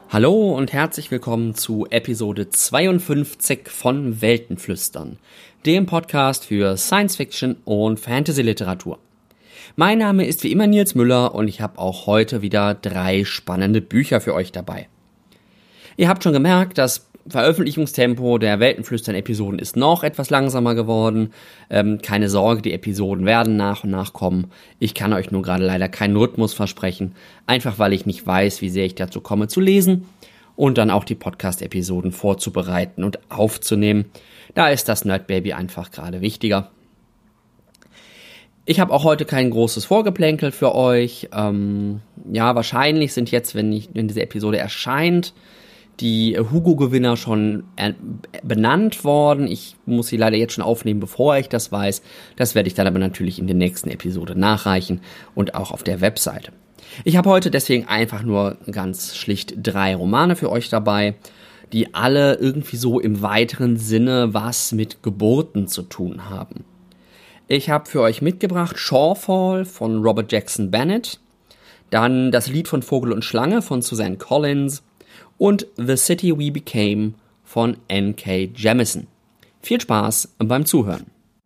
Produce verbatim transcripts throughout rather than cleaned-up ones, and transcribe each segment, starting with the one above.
Hallo und herzlich willkommen zu Episode zweiundfünfzig von Weltenflüstern, dem Podcast für Science-Fiction und Fantasy-Literatur. Mein Name ist wie immer Nils Müller und ich habe auch heute wieder drei spannende Bücher für euch dabei. Ihr habt schon gemerkt, das Veröffentlichungstempo der Weltenflüstern-Episoden ist noch etwas langsamer geworden. Ähm, keine Sorge, die Episoden werden nach und nach kommen. Ich kann euch nur gerade leider keinen Rhythmus versprechen, einfach weil ich nicht weiß, wie sehr ich dazu komme zu lesen und dann auch die Podcast-Episoden vorzubereiten und aufzunehmen. Da ist das Nerdbaby einfach gerade wichtiger. Ich habe auch heute kein großes Vorgeplänkel für euch. Ähm, ja, wahrscheinlich sind jetzt, wenn, ich, wenn diese Episode erscheint, die Hugo-Gewinner schon benannt worden. Ich muss sie leider jetzt schon aufnehmen, bevor ich das weiß. Das werde ich dann aber natürlich in der nächsten Episode nachreichen und auch auf der Webseite. Ich habe heute deswegen einfach nur ganz schlicht drei Romane für euch dabei, die alle irgendwie so im weiteren Sinne was mit Geburten zu tun haben. Ich habe für euch mitgebracht Shorefall von Robert Jackson Bennett, dann Das Lied von Vogel und Schlange von Suzanne Collins und The City We Became von N K Jemisin. Viel Spaß beim Zuhören.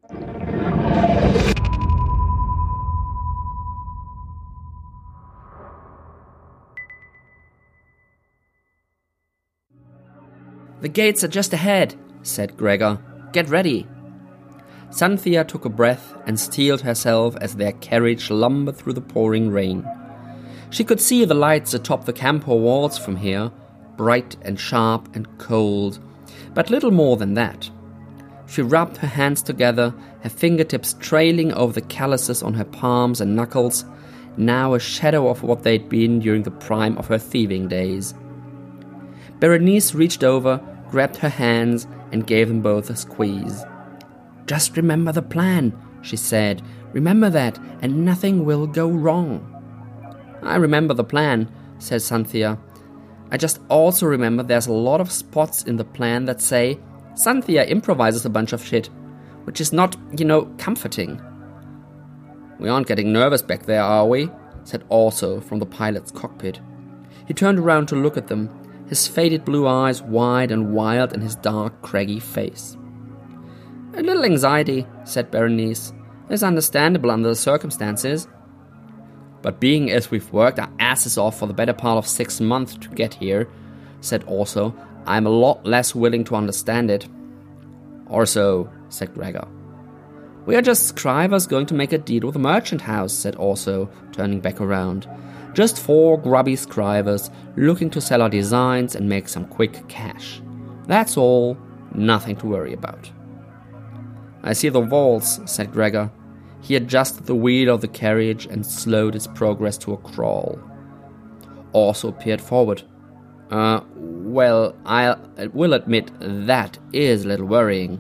The gates are just ahead, said Gregor. Get ready. Cynthia took a breath and steeled herself as their carriage lumbered through the pouring rain. She could see the lights atop the Campo walls from here, bright and sharp and cold, but little more than that. She rubbed her hands together, her fingertips trailing over the calluses on her palms and knuckles, now a shadow of what they'd been during the prime of her thieving days. Berenice reached over, grabbed her hands, and gave them both a squeeze. "Just remember the plan," she said. "Remember that, and nothing will go wrong." "I remember the plan," said Cynthia. "I just also remember there's a lot of spots in the plan that say, Cynthia improvises a bunch of shit, which is not, you know, comforting." "We aren't getting nervous back there, are we?" said Orso from the pilot's cockpit. He turned around to look at them, his faded blue eyes wide and wild in his dark, craggy face. "A little anxiety," said Berenice. "It's understandable under the circumstances. But being as we've worked our asses off for the better part of six months to get here," said Orso, "I'm a lot less willing to understand it." "Orso," said Gregor. "We are just scrivers going to make a deal with the merchant house," said Orso, turning back around. "Just four grubby scrivers looking to sell our designs and make some quick cash. That's all, nothing to worry about." "I see the walls," said Gregor. He adjusted the wheel of the carriage and slowed its progress to a crawl. Orso peered forward. Uh, well, I will admit, that is a little worrying."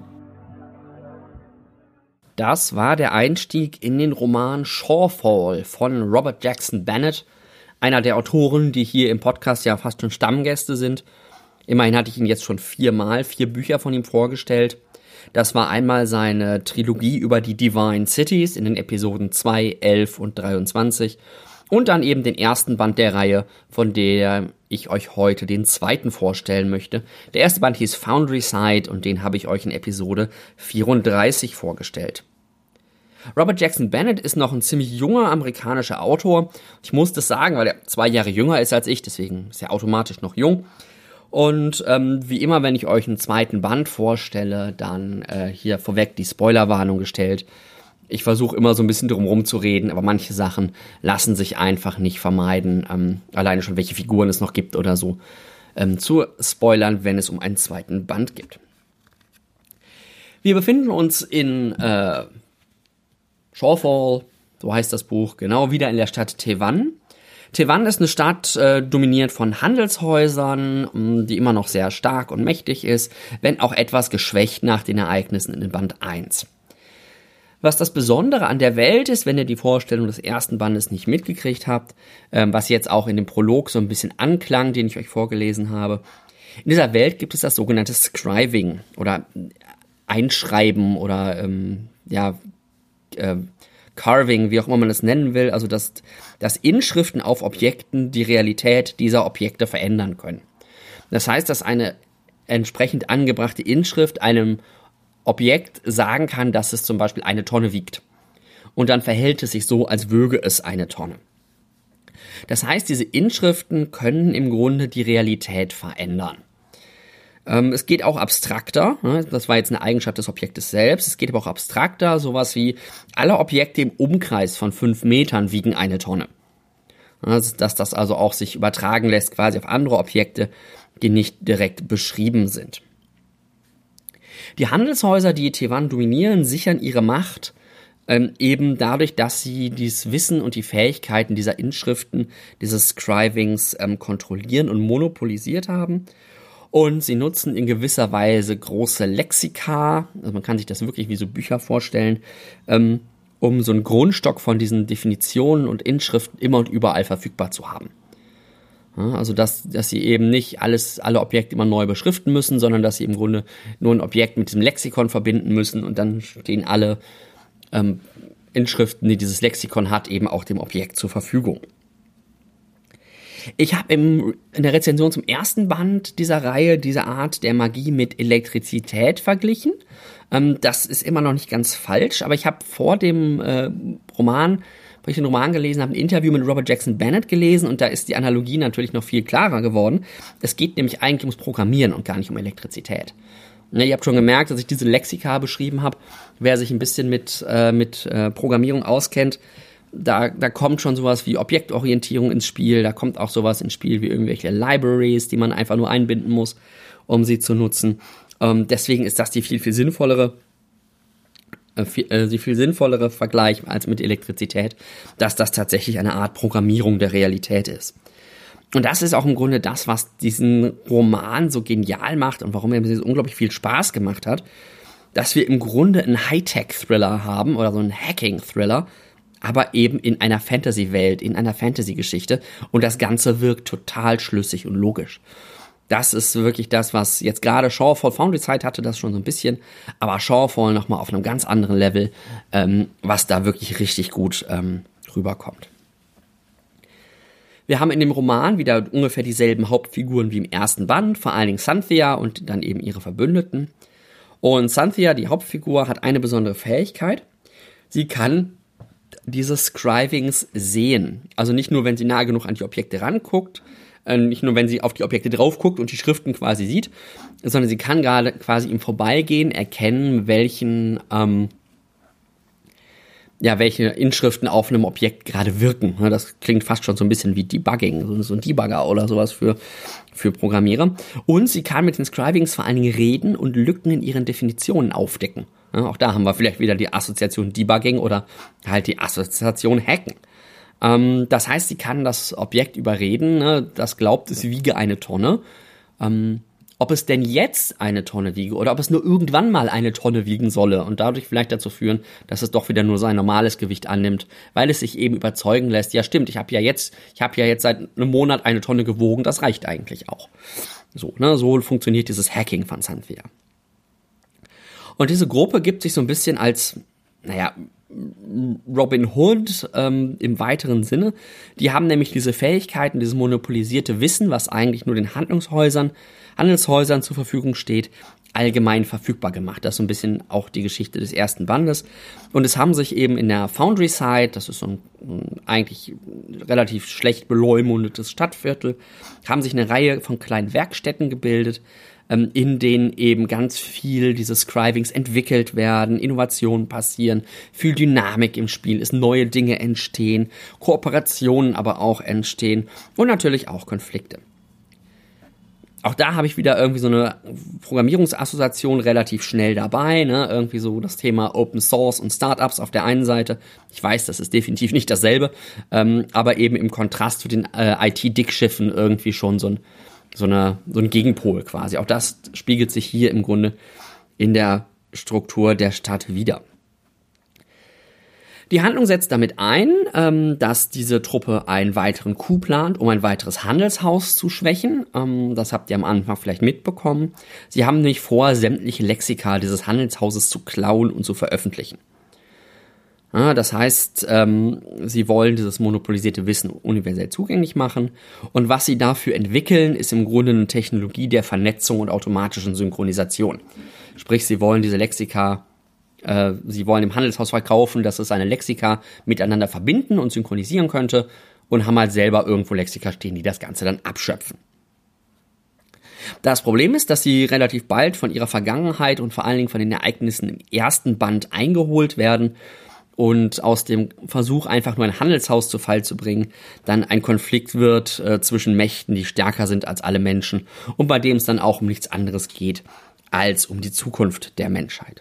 Das war der Einstieg in den Roman Shorefall von Robert Jackson Bennett, einer der Autoren, die hier im Podcast ja fast schon Stammgäste sind. Immerhin hatte ich ihn jetzt schon viermal, vier Bücher von ihm vorgestellt. Das war einmal seine Trilogie über die Divine Cities in den Episoden zwei, elf und dreiundzwanzig und dann eben den ersten Band der Reihe, von der ich euch heute den zweiten vorstellen möchte. Der erste Band hieß Foundry Side und den habe ich euch in Episode vierunddreißig vorgestellt. Robert Jackson Bennett ist noch ein ziemlich junger amerikanischer Autor. Ich muss das sagen, weil er zwei Jahre jünger ist als ich, deswegen ist er automatisch noch jung. Und ähm, wie immer, wenn ich euch einen zweiten Band vorstelle, dann äh, hier vorweg die Spoilerwarnung gestellt. Ich versuche immer so ein bisschen drum rum zu reden, aber manche Sachen lassen sich einfach nicht vermeiden, ähm, alleine schon welche Figuren es noch gibt oder so, ähm, zu spoilern, wenn es um einen zweiten Band geht. Wir befinden uns in äh, Shorefall, so heißt das Buch, genau wieder in der Stadt Tevan. Tevan ist eine Stadt, äh, dominiert von Handelshäusern, die immer noch sehr stark und mächtig ist, wenn auch etwas geschwächt nach den Ereignissen in Band eins. Was das Besondere an der Welt ist, wenn ihr die Vorstellung des ersten Bandes nicht mitgekriegt habt, ähm, was jetzt auch in dem Prolog so ein bisschen anklang, den ich euch vorgelesen habe. In dieser Welt gibt es das sogenannte Scriving oder Einschreiben oder ähm, ja äh, Carving, wie auch immer man das nennen will, also dass, dass Inschriften auf Objekten die Realität dieser Objekte verändern können. Das heißt, dass eine entsprechend angebrachte Inschrift einem Objekt sagen kann, dass es zum Beispiel eine Tonne wiegt. Und dann verhält es sich so, als wöge es eine Tonne. Das heißt, diese Inschriften können im Grunde die Realität verändern. Ähm, es geht auch abstrakter, ne? Das war jetzt eine Eigenschaft des Objektes selbst. Es geht aber auch abstrakter, sowas wie alle Objekte im Umkreis von fünf Metern wiegen eine Tonne. Also, dass das also auch sich übertragen lässt quasi auf andere Objekte, die nicht direkt beschrieben sind. Die Handelshäuser, die Taiwan dominieren, sichern ihre Macht ähm, eben dadurch, dass sie dieses Wissen und die Fähigkeiten dieser Inschriften, dieses Scrivings ähm, kontrollieren und monopolisiert haben. Und sie nutzen in gewisser Weise große Lexika, also man kann sich das wirklich wie so Bücher vorstellen, ähm, um so einen Grundstock von diesen Definitionen und Inschriften immer und überall verfügbar zu haben. Ja, also dass, dass sie eben nicht alles, alle Objekte immer neu beschriften müssen, sondern dass sie im Grunde nur ein Objekt mit diesem Lexikon verbinden müssen und dann stehen alle ähm, Inschriften, die dieses Lexikon hat, eben auch dem Objekt zur Verfügung. Ich habe in der Rezension zum ersten Band dieser Reihe diese Art der Magie mit Elektrizität verglichen. Ähm, das ist immer noch nicht ganz falsch, aber ich habe vor dem äh, Roman, wo ich den Roman gelesen habe, ein Interview mit Robert Jackson Bennett gelesen und da ist die Analogie natürlich noch viel klarer geworden. Es geht nämlich eigentlich ums Programmieren und gar nicht um Elektrizität. Ne, ihr habt schon gemerkt, dass ich diese Lexika beschrieben habe. Wer sich ein bisschen mit, äh, mit äh, Programmierung auskennt, Da, da kommt schon sowas wie Objektorientierung ins Spiel, da kommt auch sowas ins Spiel wie irgendwelche Libraries, die man einfach nur einbinden muss, um sie zu nutzen. Ähm, deswegen ist das die viel, viel sinnvollere, äh, viel, äh, die viel sinnvollere Vergleich als mit Elektrizität, dass das tatsächlich eine Art Programmierung der Realität ist. Und das ist auch im Grunde das, was diesen Roman so genial macht und warum er mir so unglaublich viel Spaß gemacht hat, dass wir im Grunde einen Hightech-Thriller haben oder so einen Hacking-Thriller, aber eben in einer Fantasy-Welt, in einer Fantasy-Geschichte und das Ganze wirkt total schlüssig und logisch. Das ist wirklich das, was jetzt gerade Shawfall, Foundry Zeit hatte das schon so ein bisschen, aber Shawfall nochmal auf einem ganz anderen Level, ähm, was da wirklich richtig gut ähm, rüberkommt. Wir haben in dem Roman wieder ungefähr dieselben Hauptfiguren wie im ersten Band, vor allen Dingen Cynthia und dann eben ihre Verbündeten. Und Cynthia, die Hauptfigur, hat eine besondere Fähigkeit. Sie kann diese Scrivings sehen. Also nicht nur, wenn sie nah genug an die Objekte ranguckt, äh, nicht nur, wenn sie auf die Objekte drauf guckt und die Schriften quasi sieht, sondern sie kann gerade quasi im Vorbeigehen erkennen, welchen, ähm, ja, welche Inschriften auf einem Objekt gerade wirken. Das klingt fast schon so ein bisschen wie Debugging, so, so ein Debugger oder sowas für, für Programmierer. Und sie kann mit den Scrivings vor allen Dingen reden und Lücken in ihren Definitionen aufdecken. Ja, auch da haben wir vielleicht wieder die Assoziation Debugging oder halt die Assoziation Hacken. Ähm, das heißt, sie kann das Objekt überreden, ne, das glaubt, es wiege eine Tonne. Ähm, ob es denn jetzt eine Tonne wiege oder ob es nur irgendwann mal eine Tonne wiegen solle und dadurch vielleicht dazu führen, dass es doch wieder nur sein normales Gewicht annimmt, weil es sich eben überzeugen lässt, ja stimmt, ich habe ja jetzt, ich habe ja jetzt seit einem Monat eine Tonne gewogen, das reicht eigentlich auch. So, ne, so funktioniert dieses Hacking von Cynthia. Und diese Gruppe gibt sich so ein bisschen als, naja, Robin Hood ähm, im weiteren Sinne. Die haben nämlich diese Fähigkeiten, dieses monopolisierte Wissen, was eigentlich nur den Handlungshäusern, Handelshäusern zur Verfügung steht, allgemein verfügbar gemacht. Das ist so ein bisschen auch die Geschichte des ersten Bandes. Und es haben sich eben in der Foundry Side, das ist so ein, ein eigentlich relativ schlecht beleumundetes Stadtviertel, haben sich eine Reihe von kleinen Werkstätten gebildet, in denen eben ganz viel diese Scrivings entwickelt werden, Innovationen passieren, viel Dynamik im Spiel ist, neue Dinge entstehen, Kooperationen aber auch entstehen und natürlich auch Konflikte. Auch da habe ich wieder irgendwie so eine Programmierungsassoziation relativ schnell dabei, ne? Irgendwie so das Thema Open Source und Startups auf der einen Seite. Ich weiß, das ist definitiv nicht dasselbe, ähm, aber eben im Kontrast zu den äh, I T-Dickschiffen irgendwie schon so ein So, eine, so ein Gegenpol quasi. Auch das spiegelt sich hier im Grunde in der Struktur der Stadt wider. Die Handlung setzt damit ein, ähm, dass diese Truppe einen weiteren Coup plant, um ein weiteres Handelshaus zu schwächen. Ähm, das habt ihr am Anfang vielleicht mitbekommen. Sie haben nämlich vor, sämtliche Lexika dieses Handelshauses zu klauen und zu veröffentlichen. Ja, das heißt, ähm, sie wollen dieses monopolisierte Wissen universell zugänglich machen. Und was sie dafür entwickeln, ist im Grunde eine Technologie der Vernetzung und automatischen Synchronisation. Sprich, sie wollen diese Lexika, äh, sie wollen im Handelshaus verkaufen, dass es eine Lexika miteinander verbinden und synchronisieren könnte und haben halt selber irgendwo Lexika stehen, die das Ganze dann abschöpfen. Das Problem ist, dass sie relativ bald von ihrer Vergangenheit und vor allen Dingen von den Ereignissen im ersten Band eingeholt werden und aus dem Versuch, einfach nur ein Handelshaus zu Fall zu bringen, dann ein Konflikt wird äh, zwischen Mächten, die stärker sind als alle Menschen und bei dem es dann auch um nichts anderes geht als um die Zukunft der Menschheit.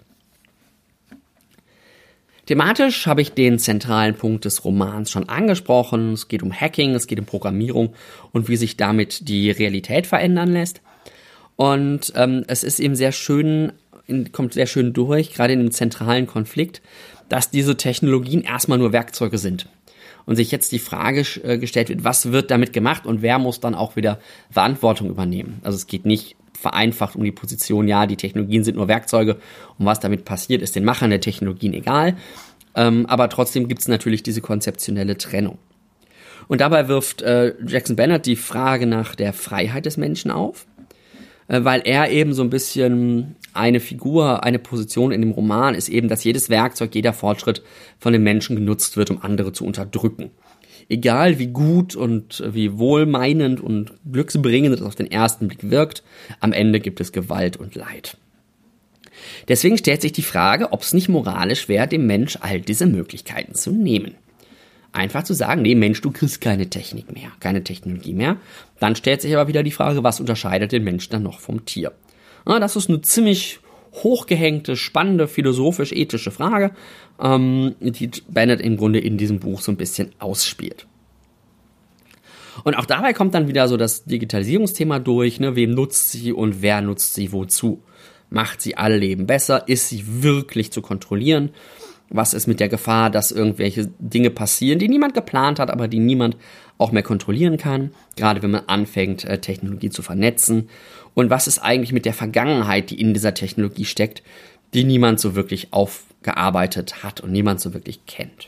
Thematisch habe ich den zentralen Punkt des Romans schon angesprochen. Es geht um Hacking, es geht um Programmierung und wie sich damit die Realität verändern lässt. Und ähm, es ist eben sehr schön, kommt sehr schön durch, gerade in dem zentralen Konflikt, dass diese Technologien erstmal nur Werkzeuge sind. Und sich jetzt die Frage äh, gestellt wird, was wird damit gemacht und wer muss dann auch wieder Verantwortung übernehmen. Also es geht nicht vereinfacht um die Position, ja, die Technologien sind nur Werkzeuge und was damit passiert, ist den Machern der Technologien egal. Ähm, aber trotzdem gibt es natürlich diese konzeptionelle Trennung. Und dabei wirft äh, Jackson Bennett die Frage nach der Freiheit des Menschen auf, äh, weil er eben so ein bisschen eine Figur, eine Position in dem Roman ist eben, dass jedes Werkzeug, jeder Fortschritt von den Menschen genutzt wird, um andere zu unterdrücken. Egal wie gut und wie wohlmeinend und glücksbringend es auf den ersten Blick wirkt, am Ende gibt es Gewalt und Leid. Deswegen stellt sich die Frage, ob es nicht moralisch wäre, dem Mensch all diese Möglichkeiten zu nehmen. Einfach zu sagen, nee Mensch, du kriegst keine Technik mehr, keine Technologie mehr. Dann stellt sich aber wieder die Frage, was unterscheidet den Menschen dann noch vom Tier? Ja, das ist eine ziemlich hochgehängte, spannende, philosophisch-ethische Frage, ähm, die Bennett im Grunde in diesem Buch so ein bisschen ausspielt. Und auch dabei kommt dann wieder so das Digitalisierungsthema durch, ne? Wem nutzt sie und wer nutzt sie wozu? Macht sie alle Leben besser? Ist sie wirklich zu kontrollieren? Was ist mit der Gefahr, dass irgendwelche Dinge passieren, die niemand geplant hat, aber die niemand auch mehr kontrollieren kann? Gerade wenn man anfängt, Technologie zu vernetzen. Und was ist eigentlich mit der Vergangenheit, die in dieser Technologie steckt, die niemand so wirklich aufgearbeitet hat und niemand so wirklich kennt?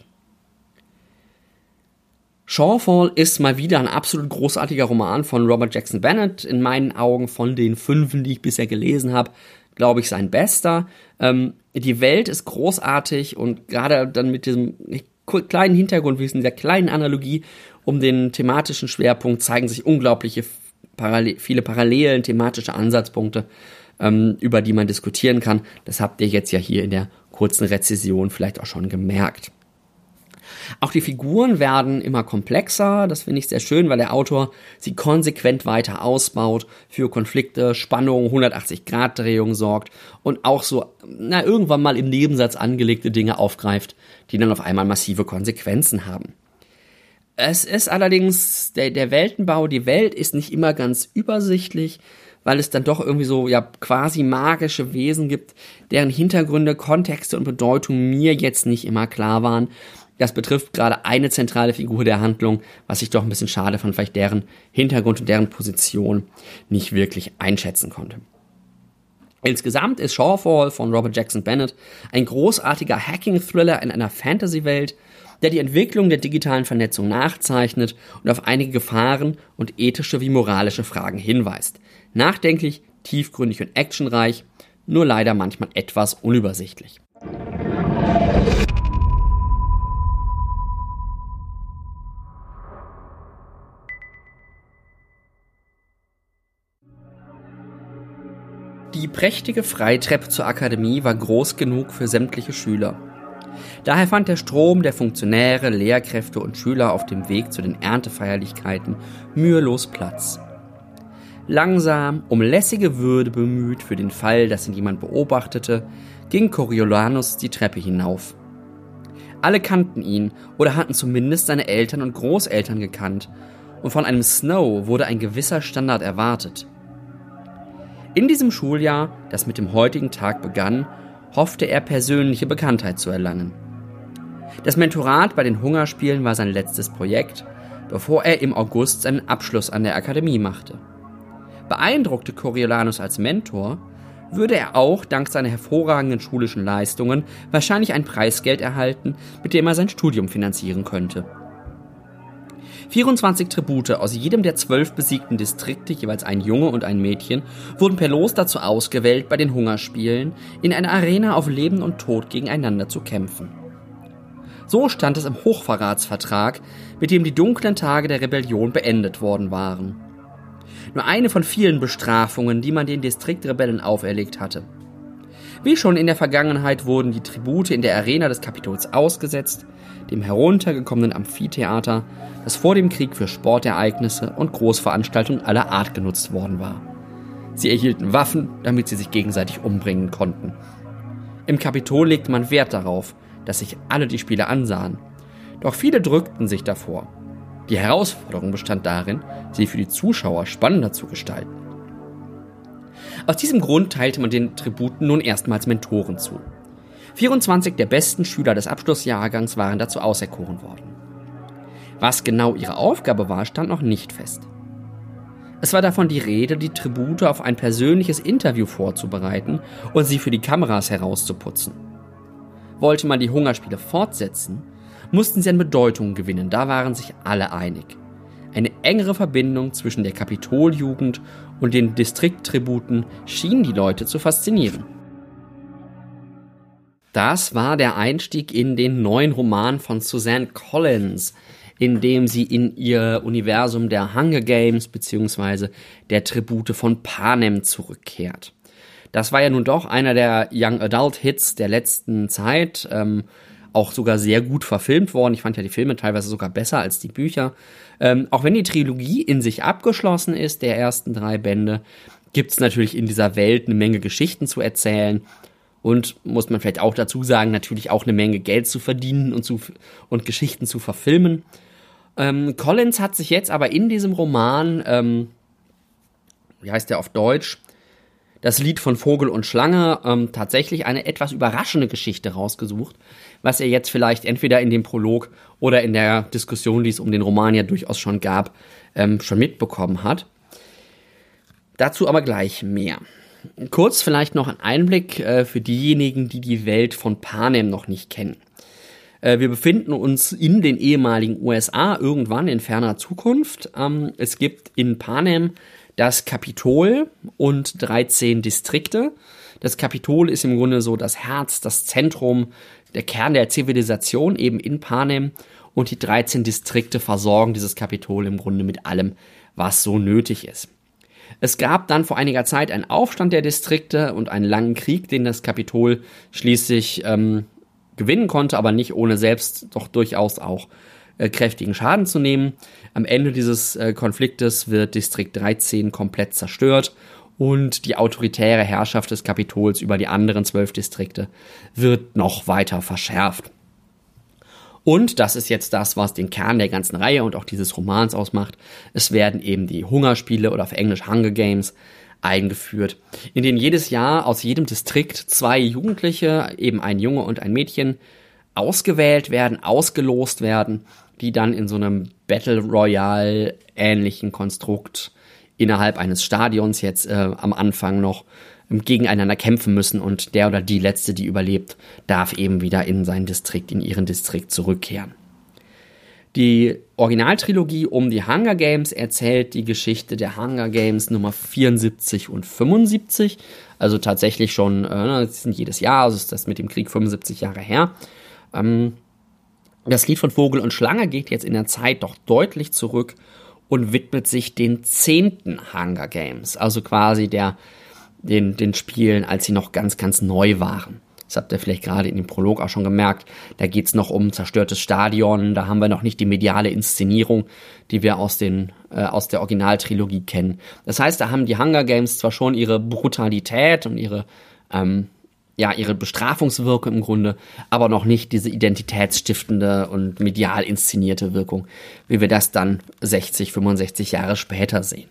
Shawfall ist mal wieder ein absolut großartiger Roman von Robert Jackson Bennett. In meinen Augen von den fünfen, die ich bisher gelesen habe, glaube ich, sein bester. Ähm, die Welt ist großartig und gerade dann mit diesem kleinen Hintergrund, wie es in dieser kleinen Analogie um den thematischen Schwerpunkt zeigen sich unglaubliche Parallel, viele Parallelen, thematische Ansatzpunkte, ähm, über die man diskutieren kann. Das habt ihr jetzt ja hier in der kurzen Rezension vielleicht auch schon gemerkt. Auch die Figuren werden immer komplexer, das finde ich sehr schön, weil der Autor sie konsequent weiter ausbaut, für Konflikte, Spannungen, hundertachtzig-Grad-Drehung sorgt und auch so, na, irgendwann mal im Nebensatz angelegte Dinge aufgreift, die dann auf einmal massive Konsequenzen haben. Es ist allerdings, der, der Weltenbau, die Welt ist nicht immer ganz übersichtlich, weil es dann doch irgendwie so, ja, quasi magische Wesen gibt, deren Hintergründe, Kontexte und Bedeutung mir jetzt nicht immer klar waren. Das betrifft gerade eine zentrale Figur der Handlung, was ich doch ein bisschen schade fand, weil ich deren Hintergrund und deren Position nicht wirklich einschätzen konnte. Insgesamt ist Shawfall von Robert Jackson Bennett ein großartiger Hacking-Thriller in einer Fantasy-Welt, der die Entwicklung der digitalen Vernetzung nachzeichnet und auf einige Gefahren und ethische wie moralische Fragen hinweist. Nachdenklich, tiefgründig und actionreich, nur leider manchmal etwas unübersichtlich. Die prächtige Freitreppe zur Akademie war groß genug für sämtliche Schüler. Daher fand der Strom der Funktionäre, Lehrkräfte und Schüler auf dem Weg zu den Erntefeierlichkeiten mühelos Platz. Langsam, um lässige Würde bemüht für den Fall, dass ihn jemand beobachtete, ging Coriolanus die Treppe hinauf. Alle kannten ihn oder hatten zumindest seine Eltern und Großeltern gekannt, und von einem Snow wurde ein gewisser Standard erwartet. In diesem Schuljahr, das mit dem heutigen Tag begann, hoffte er, persönliche Bekanntheit zu erlangen. Das Mentorat bei den Hungerspielen war sein letztes Projekt, bevor er im August seinen Abschluss an der Akademie machte. Beeindruckte Coriolanus als Mentor, würde er auch dank seiner hervorragenden schulischen Leistungen wahrscheinlich ein Preisgeld erhalten, mit dem er sein Studium finanzieren könnte. vierundzwanzig Tribute aus jedem der zwölf besiegten Distrikte, jeweils ein Junge und ein Mädchen, wurden per Los dazu ausgewählt, bei den Hungerspielen in einer Arena auf Leben und Tod gegeneinander zu kämpfen. So stand es im Hochverratsvertrag, mit dem die dunklen Tage der Rebellion beendet worden waren. Nur eine von vielen Bestrafungen, die man den Distriktrebellen auferlegt hatte. Wie schon in der Vergangenheit wurden die Tribute in der Arena des Kapitols ausgesetzt, dem heruntergekommenen Amphitheater, das vor dem Krieg für Sportereignisse und Großveranstaltungen aller Art genutzt worden war. Sie erhielten Waffen, damit sie sich gegenseitig umbringen konnten. Im Kapitol legte man Wert darauf, dass sich alle die Spiele ansahen. Doch viele drückten sich davor. Die Herausforderung bestand darin, sie für die Zuschauer spannender zu gestalten. Aus diesem Grund teilte man den Tributen nun erstmals Mentoren zu. vierundzwanzig der besten Schüler des Abschlussjahrgangs waren dazu auserkoren worden. Was genau ihre Aufgabe war, stand noch nicht fest. Es war davon die Rede, die Tribute auf ein persönliches Interview vorzubereiten und sie für die Kameras herauszuputzen. Wollte man die Hungerspiele fortsetzen, mussten sie an Bedeutung gewinnen, da waren sich alle einig. Eine engere Verbindung zwischen der Kapitoljugend und den Distrikttributen schien die Leute zu faszinieren. Das war der Einstieg in den neuen Roman von Suzanne Collins, in dem sie in ihr Universum der Hunger Games bzw. der Tribute von Panem zurückkehrt. Das war ja nun doch einer der Young Adult Hits der letzten Zeit, ähm, auch sogar sehr gut verfilmt worden. Ich fand ja die Filme teilweise sogar besser als die Bücher. Ähm, auch wenn die Trilogie in sich abgeschlossen ist, der ersten drei Bände, gibt es natürlich in dieser Welt eine Menge Geschichten zu erzählen. Und muss man vielleicht auch dazu sagen, natürlich auch eine Menge Geld zu verdienen und, zu, und Geschichten zu verfilmen. Ähm, Collins hat sich jetzt aber in diesem Roman, ähm, wie heißt der auf Deutsch, das Lied von Vogel und Schlange, ähm, tatsächlich eine etwas überraschende Geschichte rausgesucht, was er jetzt vielleicht entweder in dem Prolog oder in der Diskussion, die es um den Roman ja durchaus schon gab, ähm, schon mitbekommen hat. Dazu aber gleich mehr. Kurz vielleicht noch ein Einblick äh, für diejenigen, die die Welt von Panem noch nicht kennen. Äh, wir befinden uns in den ehemaligen U S A irgendwann in ferner Zukunft. Ähm, es gibt in Panem das Kapitol und dreizehn Distrikte. Das Kapitol ist im Grunde so das Herz, das Zentrum, der Kern der Zivilisation eben in Panem. Und die dreizehn Distrikte versorgen dieses Kapitol im Grunde mit allem, was so nötig ist. Es gab dann vor einiger Zeit einen Aufstand der Distrikte und einen langen Krieg, den das Kapitol schließlich ähm, gewinnen konnte, aber nicht ohne selbst doch durchaus auch äh, kräftigen Schaden zu nehmen. Am Ende dieses äh, Konfliktes wird Distrikt dreizehn komplett zerstört und die autoritäre Herrschaft des Kapitols über die anderen zwölf Distrikte wird noch weiter verschärft. Und das ist jetzt das, was den Kern der ganzen Reihe und auch dieses Romans ausmacht. Es werden eben die Hungerspiele oder auf Englisch Hunger Games eingeführt, in denen jedes Jahr aus jedem Distrikt zwei Jugendliche, eben ein Junge und ein Mädchen, ausgewählt werden, ausgelost werden, die dann in so einem Battle Royale ähnlichen Konstrukt innerhalb eines Stadions jetzt äh, am Anfang noch gegeneinander kämpfen müssen und der oder die Letzte, die überlebt, darf eben wieder in seinen Distrikt, in ihren Distrikt zurückkehren. Die Originaltrilogie um die Hunger Games erzählt die Geschichte der Hunger Games Nummer vierundsiebzig und fünfundsiebzig, also tatsächlich schon, äh, das sind jedes Jahr, also ist das mit dem Krieg fünfundsiebzig Jahre her. Ähm, das Lied von Vogel und Schlange geht jetzt in der Zeit doch deutlich zurück und widmet sich den zehnten Hunger Games, also quasi der Den, den Spielen, als sie noch ganz, ganz neu waren. Das habt ihr vielleicht gerade in dem Prolog auch schon gemerkt. Da geht's noch um zerstörtes Stadion. Da haben wir noch nicht die mediale Inszenierung, die wir aus, den, äh, aus der Originaltrilogie kennen. Das heißt, da haben die Hunger Games zwar schon ihre Brutalität und ihre, ähm, ja, ihre Bestrafungswirkung im Grunde, aber noch nicht diese identitätsstiftende und medial inszenierte Wirkung, wie wir das dann sechzig, fünfundsechzig Jahre später sehen.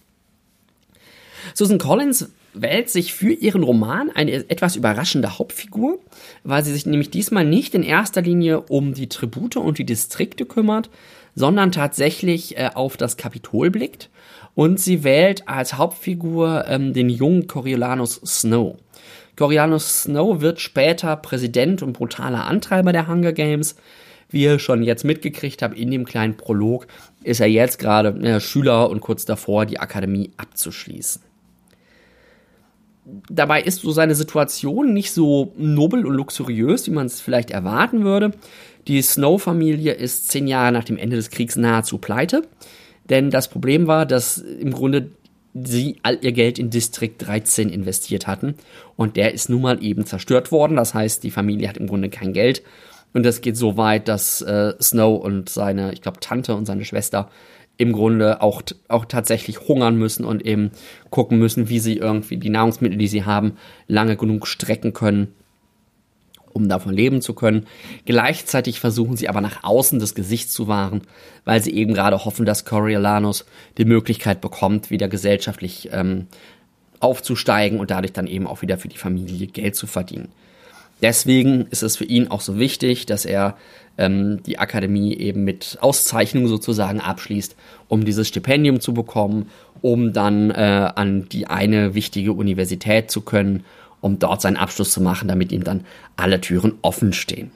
Susan Collins wählt sich für ihren Roman eine etwas überraschende Hauptfigur, weil sie sich nämlich diesmal nicht in erster Linie um die Tribute und die Distrikte kümmert, sondern tatsächlich äh, auf das Kapitol blickt Und sie wählt als Hauptfigur ähm, den jungen Coriolanus Snow. Coriolanus Snow wird später Präsident und brutaler Antreiber der Hunger Games. Wie ihr schon jetzt mitgekriegt habt, in dem kleinen Prolog ist er jetzt gerade äh, Schüler und kurz davor, die Akademie abzuschließen. Dabei ist so seine Situation nicht so nobel und luxuriös, wie man es vielleicht erwarten würde. Die Snow-Familie ist zehn Jahre nach dem Ende des Kriegs nahezu pleite. Denn das Problem war, dass im Grunde sie all ihr Geld in Distrikt dreizehn investiert hatten. Und der ist nun mal eben zerstört worden. Das heißt, die Familie hat im Grunde kein Geld. Und das geht so weit, dass äh, Snow und seine, ich glaube, Tante und seine Schwester im Grunde auch, auch tatsächlich hungern müssen und eben gucken müssen, wie sie irgendwie die Nahrungsmittel, die sie haben, lange genug strecken können, um davon leben zu können. Gleichzeitig versuchen sie aber nach außen das Gesicht zu wahren, weil sie eben gerade hoffen, dass Coriolanus die Möglichkeit bekommt, wieder gesellschaftlich ähm, aufzusteigen und dadurch dann eben auch wieder für die Familie Geld zu verdienen. Deswegen ist es für ihn auch so wichtig, dass er ähm, die Akademie eben mit Auszeichnung sozusagen abschließt, um dieses Stipendium zu bekommen, um dann äh, an die eine wichtige Universität zu können, um dort seinen Abschluss zu machen, damit ihm dann alle Türen offen stehen.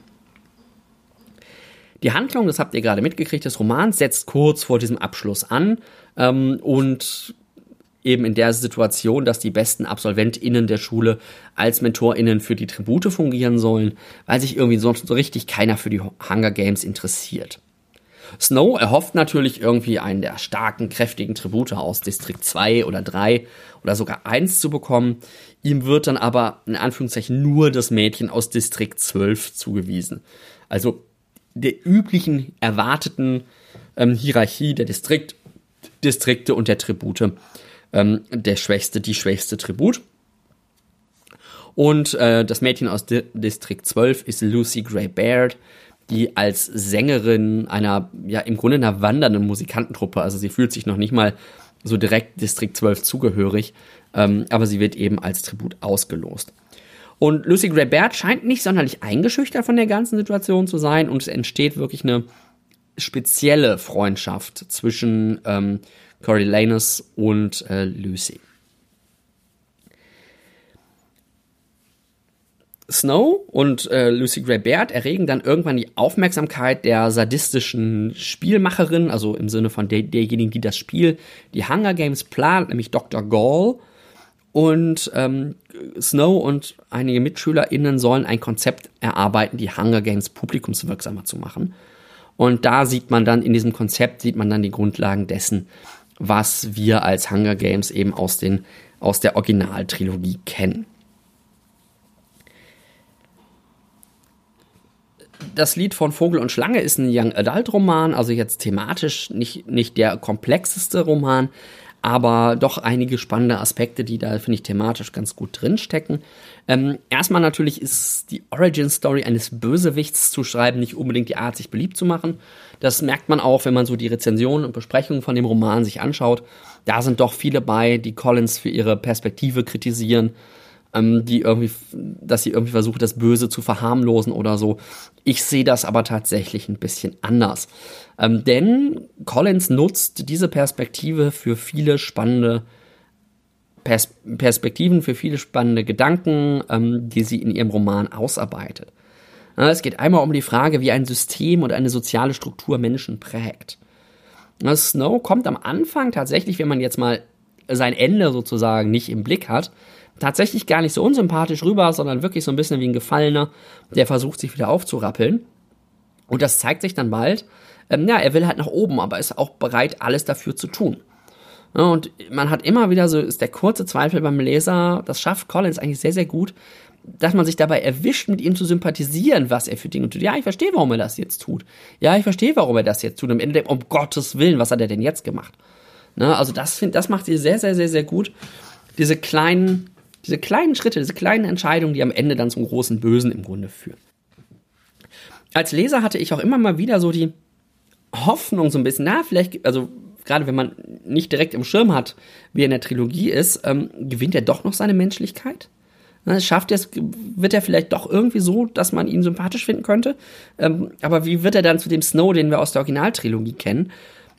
Die Handlung, das habt ihr gerade mitgekriegt, des Romans setzt kurz vor diesem Abschluss an ähm, und eben in der Situation, dass die besten AbsolventInnen der Schule als MentorInnen für die Tribute fungieren sollen, weil sich irgendwie sonst so richtig keiner für die Hunger Games interessiert. Snow erhofft natürlich irgendwie einen der starken, kräftigen Tribute aus Distrikt zwei oder drei oder sogar eins zu bekommen. Ihm wird dann aber in Anführungszeichen nur das Mädchen aus Distrikt zwölf zugewiesen. Also der üblichen, erwarteten ähm, Hierarchie der Distrikt, Distrikte und der Tribute. Ähm, der schwächste, die schwächste Tribut. Und äh, das Mädchen aus Di- Distrikt zwölf ist Lucy Gray Baird, die als Sängerin einer, ja, im Grunde einer wandernden Musikantentruppe, also sie fühlt sich noch nicht mal so direkt Distrikt zwölf zugehörig, ähm, aber sie wird eben als Tribut ausgelost. Und Lucy Gray Baird scheint nicht sonderlich eingeschüchtert von der ganzen Situation zu sein und es entsteht wirklich eine spezielle Freundschaft zwischen ähm, Coriolanus und äh, Lucy. Snow und äh, Lucy Gray Baird erregen dann irgendwann die Aufmerksamkeit der sadistischen Spielmacherin, also im Sinne von der, derjenigen, die das Spiel, die Hunger Games plant, nämlich Doktor Gall. Und ähm, Snow und einige MitschülerInnen sollen ein Konzept erarbeiten, die Hunger Games publikumswirksamer zu machen. Und da sieht man dann, in diesem Konzept sieht man dann die Grundlagen dessen, was wir als Hunger Games eben aus, den, aus der Originaltrilogie kennen. Das Lied von Vogel und Schlange ist ein Young Adult Roman, also jetzt thematisch nicht, nicht der komplexeste Roman, aber doch einige spannende Aspekte, die da, finde ich, thematisch ganz gut drinstecken. Ähm, erstmal natürlich ist die Origin-Story eines Bösewichts zu schreiben nicht unbedingt die Art, sich beliebt zu machen. Das merkt man auch, wenn man so die Rezensionen und Besprechungen von dem Roman sich anschaut. Da sind doch viele bei, die Collins für ihre Perspektive kritisieren, ähm, die irgendwie, dass sie irgendwie versucht, das Böse zu verharmlosen oder so. Ich sehe das aber tatsächlich ein bisschen anders. Ähm, denn Collins nutzt diese Perspektive für viele spannende Pers- Perspektiven, für viele spannende Gedanken, ähm, die sie in ihrem Roman ausarbeitet. Ja, es geht einmal um die Frage, wie ein System und eine soziale Struktur Menschen prägt. Ja, Snow kommt am Anfang tatsächlich, wenn man jetzt mal sein Ende sozusagen nicht im Blick hat, tatsächlich gar nicht so unsympathisch rüber, sondern wirklich so ein bisschen wie ein Gefallener, der versucht, sich wieder aufzurappeln. Und das zeigt sich dann bald. Ähm, ja, er will halt nach oben, aber ist auch bereit, alles dafür zu tun. Ja, und man hat immer wieder so, ist der kurze Zweifel beim Leser, das schafft Collins eigentlich sehr, sehr gut, dass man sich dabei erwischt, mit ihm zu sympathisieren, was er für Dinge tut. Ja, ich verstehe, warum er das jetzt tut. Ja, ich verstehe, warum er das jetzt tut. Und am Ende denkt, um Gottes Willen, was hat er denn jetzt gemacht? Ne, also das, find, das macht sie sehr, sehr, sehr, sehr gut. Diese kleinen, diese kleinen Schritte, diese kleinen Entscheidungen, die am Ende dann zum großen Bösen im Grunde führen. Als Leser hatte ich auch immer mal wieder so die Hoffnung so ein bisschen, na, vielleicht, also gerade wenn man nicht direkt im Schirm hat, wie er in der Trilogie ist, ähm, gewinnt er doch noch seine Menschlichkeit? Na, schafft er es, wird er vielleicht doch irgendwie so, dass man ihn sympathisch finden könnte? Ähm, aber wie wird er dann zu dem Snow, den wir aus der Originaltrilogie kennen?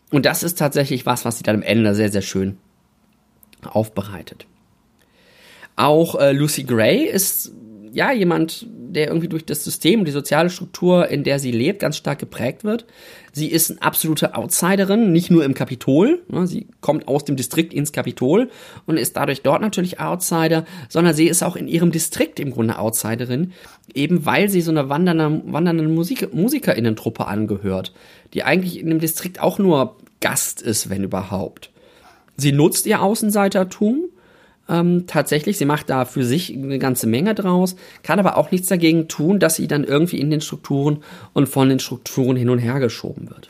Und das ist tatsächlich was, was sie dann am Ende sehr, sehr schön aufbereitet. Auch äh, Lucy Gray ist ja jemand, der irgendwie durch das System und die soziale Struktur, in der sie lebt, ganz stark geprägt wird. Sie ist eine absolute Outsiderin, nicht nur im Kapitol. Ne, sie kommt aus dem Distrikt ins Kapitol und ist dadurch dort natürlich Outsider, sondern sie ist auch in ihrem Distrikt im Grunde Outsiderin, eben weil sie so einer wandernden, wandernden Musik, MusikerInnen-Truppe angehört, die eigentlich in dem Distrikt auch nur Gast ist, wenn überhaupt. Sie nutzt ihr Außenseitertum, Ähm, tatsächlich, sie macht da für sich eine ganze Menge draus, kann aber auch nichts dagegen tun, dass sie dann irgendwie in den Strukturen und von den Strukturen hin und her geschoben wird.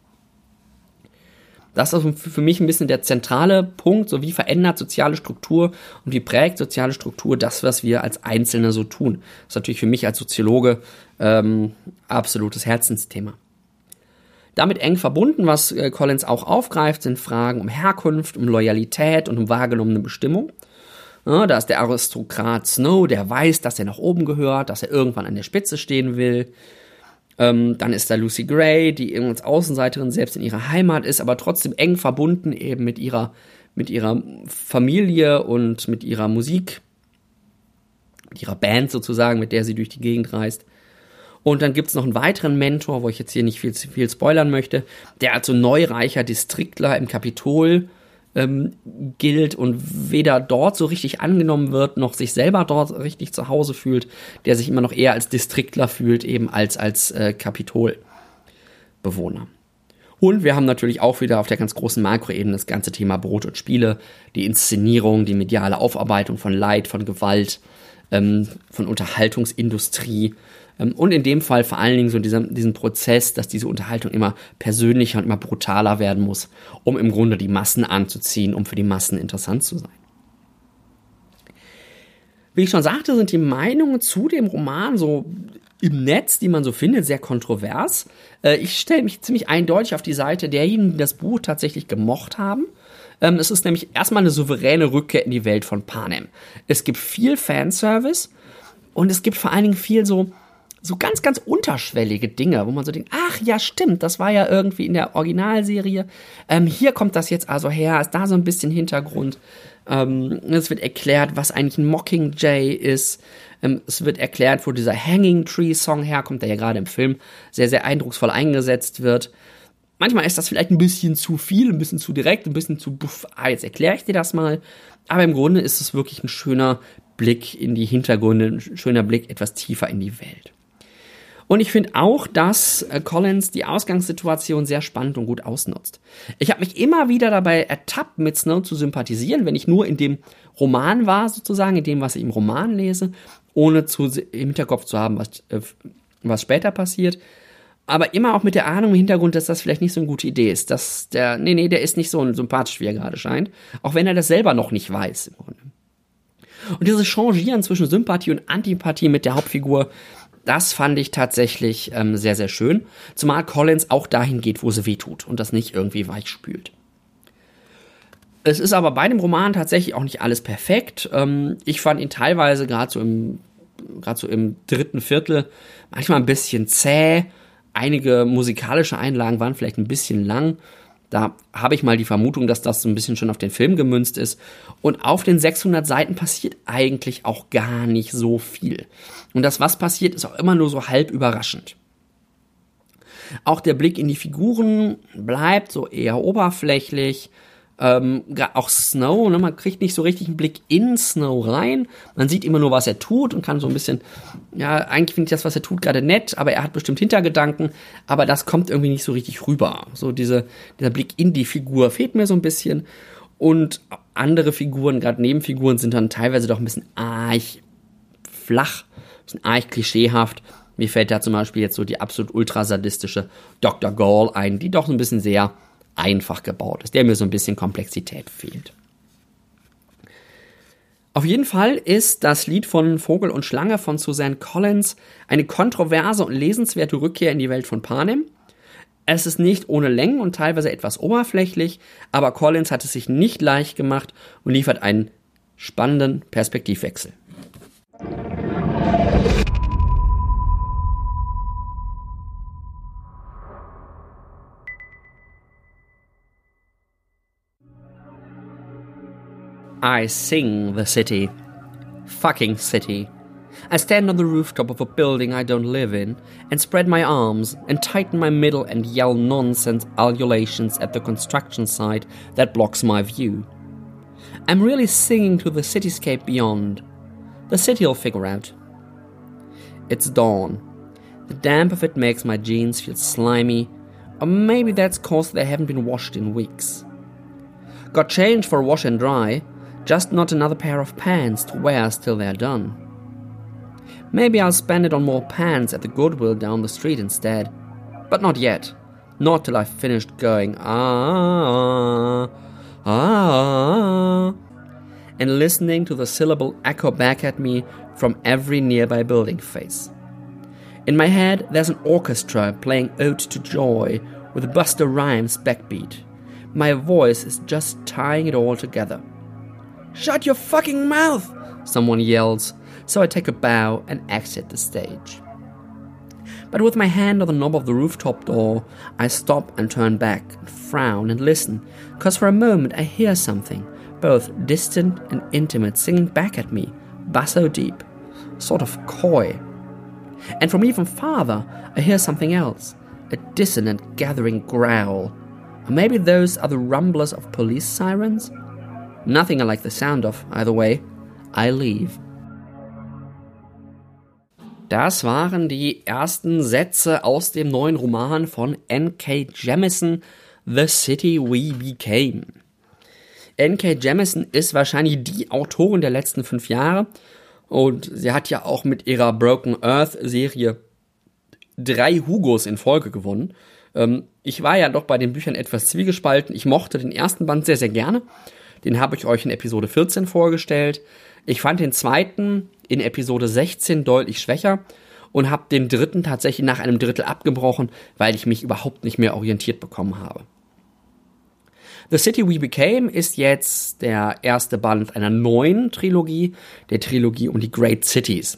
Das ist also für mich ein bisschen der zentrale Punkt, so wie verändert soziale Struktur und wie prägt soziale Struktur das, was wir als Einzelne so tun. Das ist natürlich für mich als Soziologe ähm, absolutes Herzensthema. Damit eng verbunden, was äh, Collins auch aufgreift, sind Fragen um Herkunft, um Loyalität und um wahrgenommene Bestimmung. Ja, da ist der Aristokrat Snow, der weiß, dass er nach oben gehört, dass er irgendwann an der Spitze stehen will. Ähm, dann ist da Lucy Gray, die eben als Außenseiterin selbst in ihrer Heimat ist, aber trotzdem eng verbunden eben mit ihrer, mit ihrer Familie und mit ihrer Musik, mit ihrer Band sozusagen, mit der sie durch die Gegend reist. Und dann gibt's noch einen weiteren Mentor, wo ich jetzt hier nicht viel, viel spoilern möchte, der als so neureicher Distriktler im Kapitol ähm, gilt und weder dort so richtig angenommen wird, noch sich selber dort richtig zu Hause fühlt, der sich immer noch eher als Distriktler fühlt, eben als, als äh, Kapitolbewohner. Und wir haben natürlich auch wieder auf der ganz großen Makroebene das ganze Thema Brot und Spiele, die Inszenierung, die mediale Aufarbeitung von Leid, von Gewalt, ähm, von Unterhaltungsindustrie, und in dem Fall vor allen Dingen so diesen, diesen Prozess, dass diese Unterhaltung immer persönlicher und immer brutaler werden muss, um im Grunde die Massen anzuziehen, um für die Massen interessant zu sein. Wie ich schon sagte, sind die Meinungen zu dem Roman so im Netz, die man so findet, sehr kontrovers. Ich stelle mich ziemlich eindeutig auf die Seite derjenigen, die das Buch tatsächlich gemocht haben. Es ist nämlich erstmal eine souveräne Rückkehr in die Welt von Panem. Es gibt viel Fanservice und es gibt vor allen Dingen viel so So ganz, ganz unterschwellige Dinge, wo man so denkt, ach ja, stimmt, das war ja irgendwie in der Originalserie. Ähm, hier kommt das jetzt also her, ist da so ein bisschen Hintergrund. Ähm, es wird erklärt, was eigentlich ein Mockingjay ist. Ähm, es wird erklärt, wo dieser Hanging Tree Song herkommt, der ja gerade im Film sehr, sehr eindrucksvoll eingesetzt wird. Manchmal ist das vielleicht ein bisschen zu viel, ein bisschen zu direkt, ein bisschen zu, buff, ah, jetzt erkläre ich dir das mal. Aber im Grunde ist es wirklich ein schöner Blick in die Hintergründe, ein schöner Blick etwas tiefer in die Welt. Und ich finde auch, dass äh, Collins die Ausgangssituation sehr spannend und gut ausnutzt. Ich habe mich immer wieder dabei ertappt, mit Snow zu sympathisieren, wenn ich nur in dem Roman war, sozusagen, in dem, was ich im Roman lese, ohne zu, im Hinterkopf zu haben, was, äh, was später passiert. Aber immer auch mit der Ahnung im Hintergrund, dass das vielleicht nicht so eine gute Idee ist. Dass der, nee, nee, der ist nicht so sympathisch, wie er gerade scheint. Auch wenn er das selber noch nicht weiß, im Grunde. Und dieses Changieren zwischen Sympathie und Antipathie mit der Hauptfigur, das fand ich tatsächlich ähm, sehr, sehr schön. Zumal Collins auch dahin geht, wo sie weh tut und das nicht irgendwie weich spült. Es ist aber bei dem Roman tatsächlich auch nicht alles perfekt. Ähm, ich fand ihn teilweise gerade so im, gerade so im dritten Viertel manchmal ein bisschen zäh. Einige musikalische Einlagen waren vielleicht ein bisschen lang. Da habe ich mal die Vermutung, dass das so ein bisschen schon auf den Film gemünzt ist. Und auf den sechshundert Seiten passiert eigentlich auch gar nicht so viel. Und das, was passiert, ist auch immer nur so halb überraschend. Auch der Blick in die Figuren bleibt so eher oberflächlich. Ähm, auch Snow, ne, man kriegt nicht so richtig einen Blick in Snow rein. Man sieht immer nur, was er tut und kann so ein bisschen, ja, eigentlich finde ich das, was er tut, gerade nett, aber er hat bestimmt Hintergedanken, aber das kommt irgendwie nicht so richtig rüber. So diese, dieser Blick in die Figur fehlt mir so ein bisschen. Und andere Figuren, gerade Nebenfiguren, sind dann teilweise doch ein bisschen arg flach, ein bisschen arg klischeehaft. Mir fällt da zum Beispiel jetzt so die absolut ultrasadistische Doktor Gall ein, die doch so ein bisschen sehr einfach gebaut ist, der mir so ein bisschen Komplexität fehlt. Auf jeden Fall ist das Lied von Vogel und Schlange von Suzanne Collins eine kontroverse und lesenswerte Rückkehr in die Welt von Panem. Es ist nicht ohne Längen und teilweise etwas oberflächlich, aber Collins hat es sich nicht leicht gemacht und liefert einen spannenden Perspektivwechsel. I sing the city. Fucking city. I stand on the rooftop of a building I don't live in and spread my arms and tighten my middle and yell nonsense ululations at the construction site that blocks my view. I'm really singing to the cityscape beyond. The city'll figure out. It's dawn. The damp of it makes my jeans feel slimy, or maybe that's cause they haven't been washed in weeks. Got change for wash and dry, just not another pair of pants to wear till they're done. Maybe I'll spend it on more pants at the Goodwill down the street instead. But not yet. Not till I've finished going ah, ah, and listening to the syllable echo back at me from every nearby building face. In my head, there's an orchestra playing Ode to Joy with Busta Rhymes backbeat. My voice is just tying it all together. Shut your fucking mouth! Someone yells, so I take a bow and exit the stage. But with my hand on the knob of the rooftop door, I stop and turn back and frown and listen, cause for a moment I hear something, both distant and intimate, singing back at me, basso deep, sort of coy. And from even farther, I hear something else, a dissonant gathering growl. Or maybe those are the rumblers of police sirens? Nothing I like the sound of, either way. I leave. Das waren die ersten Sätze aus dem neuen Roman von N K Jemisin, The City We Became. N K Jemisin ist wahrscheinlich die Autorin der letzten fünf Jahre und sie hat ja auch mit ihrer Broken Earth Serie drei Hugos in Folge gewonnen. Ähm, ich war ja doch bei den Büchern etwas zwiegespalten. Ich mochte den ersten Band sehr, sehr gerne. Den habe ich euch in Episode vierzehn vorgestellt. Ich fand den zweiten in Episode sechzehn deutlich schwächer und habe den dritten tatsächlich nach einem Drittel abgebrochen, weil ich mich überhaupt nicht mehr orientiert bekommen habe. The City We Became ist jetzt der erste Band einer neuen Trilogie, der Trilogie um die Great Cities.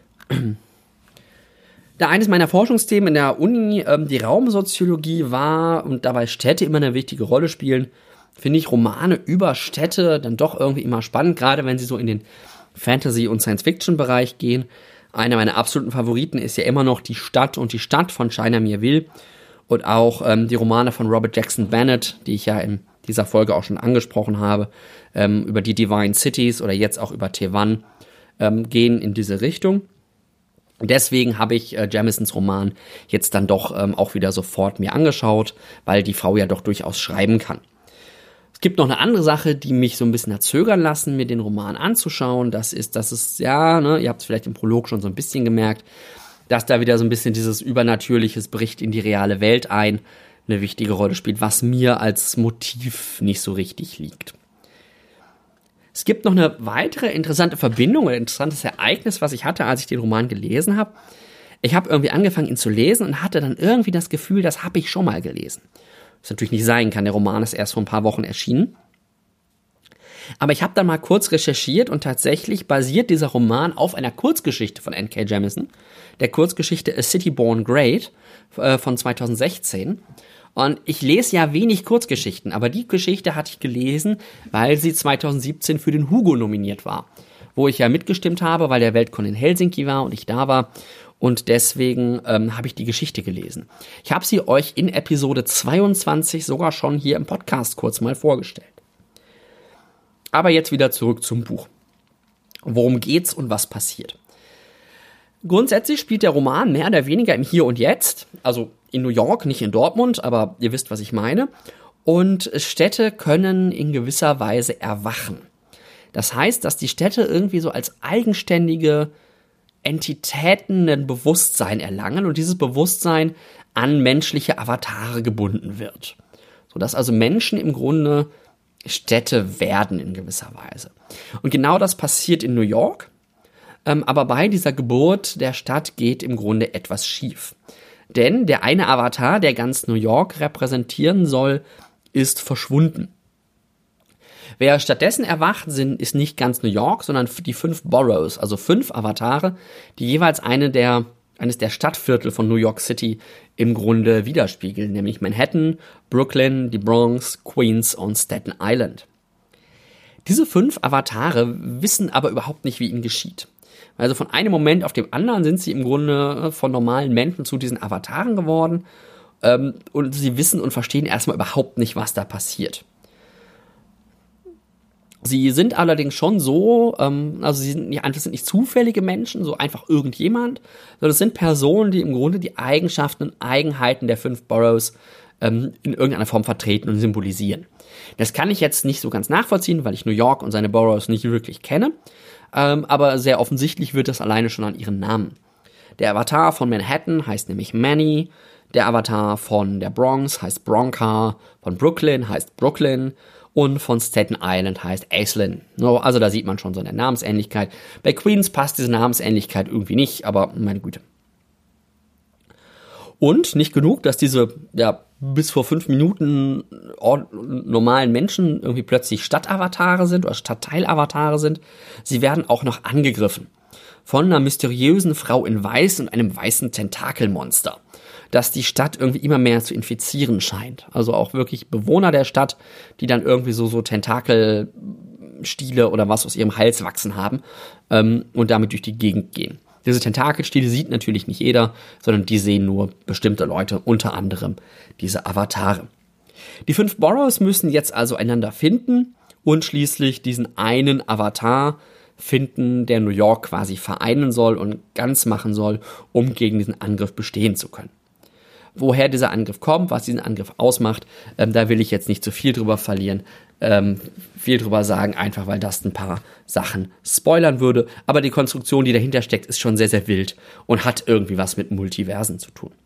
Da eines meiner Forschungsthemen in der Uni ähm, die Raumsoziologie war und dabei Städte immer eine wichtige Rolle spielen, finde ich Romane über Städte dann doch irgendwie immer spannend, gerade wenn sie so in den Fantasy- und Science-Fiction-Bereich gehen. Einer meiner absoluten Favoriten ist ja immer noch Die Stadt und die Stadt von China Miéville und auch ähm, die Romane von Robert Jackson Bennett, die ich ja in dieser Folge auch schon angesprochen habe, ähm, über die Divine Cities oder jetzt auch über Tewan, ähm, gehen in diese Richtung. Deswegen habe ich äh, Jemisins Roman jetzt dann doch ähm, auch wieder sofort mir angeschaut, weil die Frau ja doch durchaus schreiben kann. Es gibt noch eine andere Sache, die mich so ein bisschen hat zögern lassen, mir den Roman anzuschauen. Das ist, dass es, ja, ne, ihr habt es vielleicht im Prolog schon so ein bisschen gemerkt, dass da wieder so ein bisschen dieses Übernatürliches bricht in die reale Welt ein, eine wichtige Rolle spielt, was mir als Motiv nicht so richtig liegt. Es gibt noch eine weitere interessante Verbindung oder interessantes Ereignis, was ich hatte, als ich den Roman gelesen habe. Ich habe irgendwie angefangen, ihn zu lesen und hatte dann irgendwie das Gefühl, das habe ich schon mal gelesen. Was natürlich nicht sein kann, der Roman ist erst vor ein paar Wochen erschienen. Aber ich habe dann mal kurz recherchiert und tatsächlich basiert dieser Roman auf einer Kurzgeschichte von N K Jemisin, der Kurzgeschichte A City Born Great äh, von zweitausendsechzehn. Und ich lese ja wenig Kurzgeschichten, aber die Geschichte hatte ich gelesen, weil sie zweitausendsiebzehn für den Hugo nominiert war, wo ich ja mitgestimmt habe, weil der Weltcon in Helsinki war und ich da war. Und deswegen ähm, habe ich die Geschichte gelesen. Ich habe sie euch in Episode zweiundzwanzig sogar schon hier im Podcast kurz mal vorgestellt. Aber jetzt wieder zurück zum Buch. Worum geht's und was passiert? Grundsätzlich spielt der Roman mehr oder weniger im Hier und Jetzt, also in New York, nicht in Dortmund, aber ihr wisst, was ich meine. Und Städte können in gewisser Weise erwachen. Das heißt, dass die Städte irgendwie so als eigenständige Entitäten ein Bewusstsein erlangen und dieses Bewusstsein an menschliche Avatare gebunden wird. Sodass also Menschen im Grunde Städte werden in gewisser Weise. Und genau das passiert in New York, ähm, aber bei dieser Geburt der Stadt geht im Grunde etwas schief. Denn der eine Avatar, der ganz New York repräsentieren soll, ist verschwunden. Wer stattdessen erwacht sind, ist nicht ganz New York, sondern die fünf Boroughs, also fünf Avatare, die jeweils eine der, eines der Stadtviertel von New York City im Grunde widerspiegeln, nämlich Manhattan, Brooklyn, die Bronx, Queens und Staten Island. Diese fünf Avatare wissen aber überhaupt nicht, wie ihnen geschieht. Also von einem Moment auf den anderen sind sie im Grunde von normalen Menschen zu diesen Avataren geworden. Ähm, und sie wissen und verstehen erstmal überhaupt nicht, was da passiert. Sie sind allerdings schon so, ähm, also sie sind nicht, das sind nicht zufällige Menschen, so einfach irgendjemand, sondern es sind Personen, die im Grunde die Eigenschaften und Eigenheiten der fünf Boroughs ähm, in irgendeiner Form vertreten und symbolisieren. Das kann ich jetzt nicht so ganz nachvollziehen, weil ich New York und seine Boroughs nicht wirklich kenne, ähm, aber sehr offensichtlich wird das alleine schon an ihren Namen. Der Avatar von Manhattan heißt nämlich Manny, der Avatar von der Bronx heißt Bronca, von Brooklyn heißt Brooklyn, und von Staten Island heißt Aislinn. Also da sieht man schon so eine Namensähnlichkeit. Bei Queens passt diese Namensähnlichkeit irgendwie nicht, aber meine Güte. Und nicht genug, dass diese ja, bis vor fünf Minuten normalen Menschen irgendwie plötzlich Stadtavatare sind oder Stadtteilavatare sind. Sie werden auch noch angegriffen von einer mysteriösen Frau in Weiß und einem weißen Tentakelmonster, das die Stadt irgendwie immer mehr zu infizieren scheint. Also auch wirklich Bewohner der Stadt, die dann irgendwie so, so Tentakelstiele oder was aus ihrem Hals wachsen haben ähm, und damit durch die Gegend gehen. Diese Tentakelstiele sieht natürlich nicht jeder, sondern die sehen nur bestimmte Leute, unter anderem diese Avatare. Die fünf Boroughs müssen jetzt also einander finden und schließlich diesen einen Avatar finden, der New York quasi vereinen soll und ganz machen soll, um gegen diesen Angriff bestehen zu können. Woher dieser Angriff kommt, was diesen Angriff ausmacht, ähm, da will ich jetzt nicht zu viel drüber verlieren, ähm, viel drüber sagen, einfach weil das ein paar Sachen spoilern würde. Aber die Konstruktion, die dahinter steckt, ist schon sehr, sehr wild und hat irgendwie was mit Multiversen zu tun.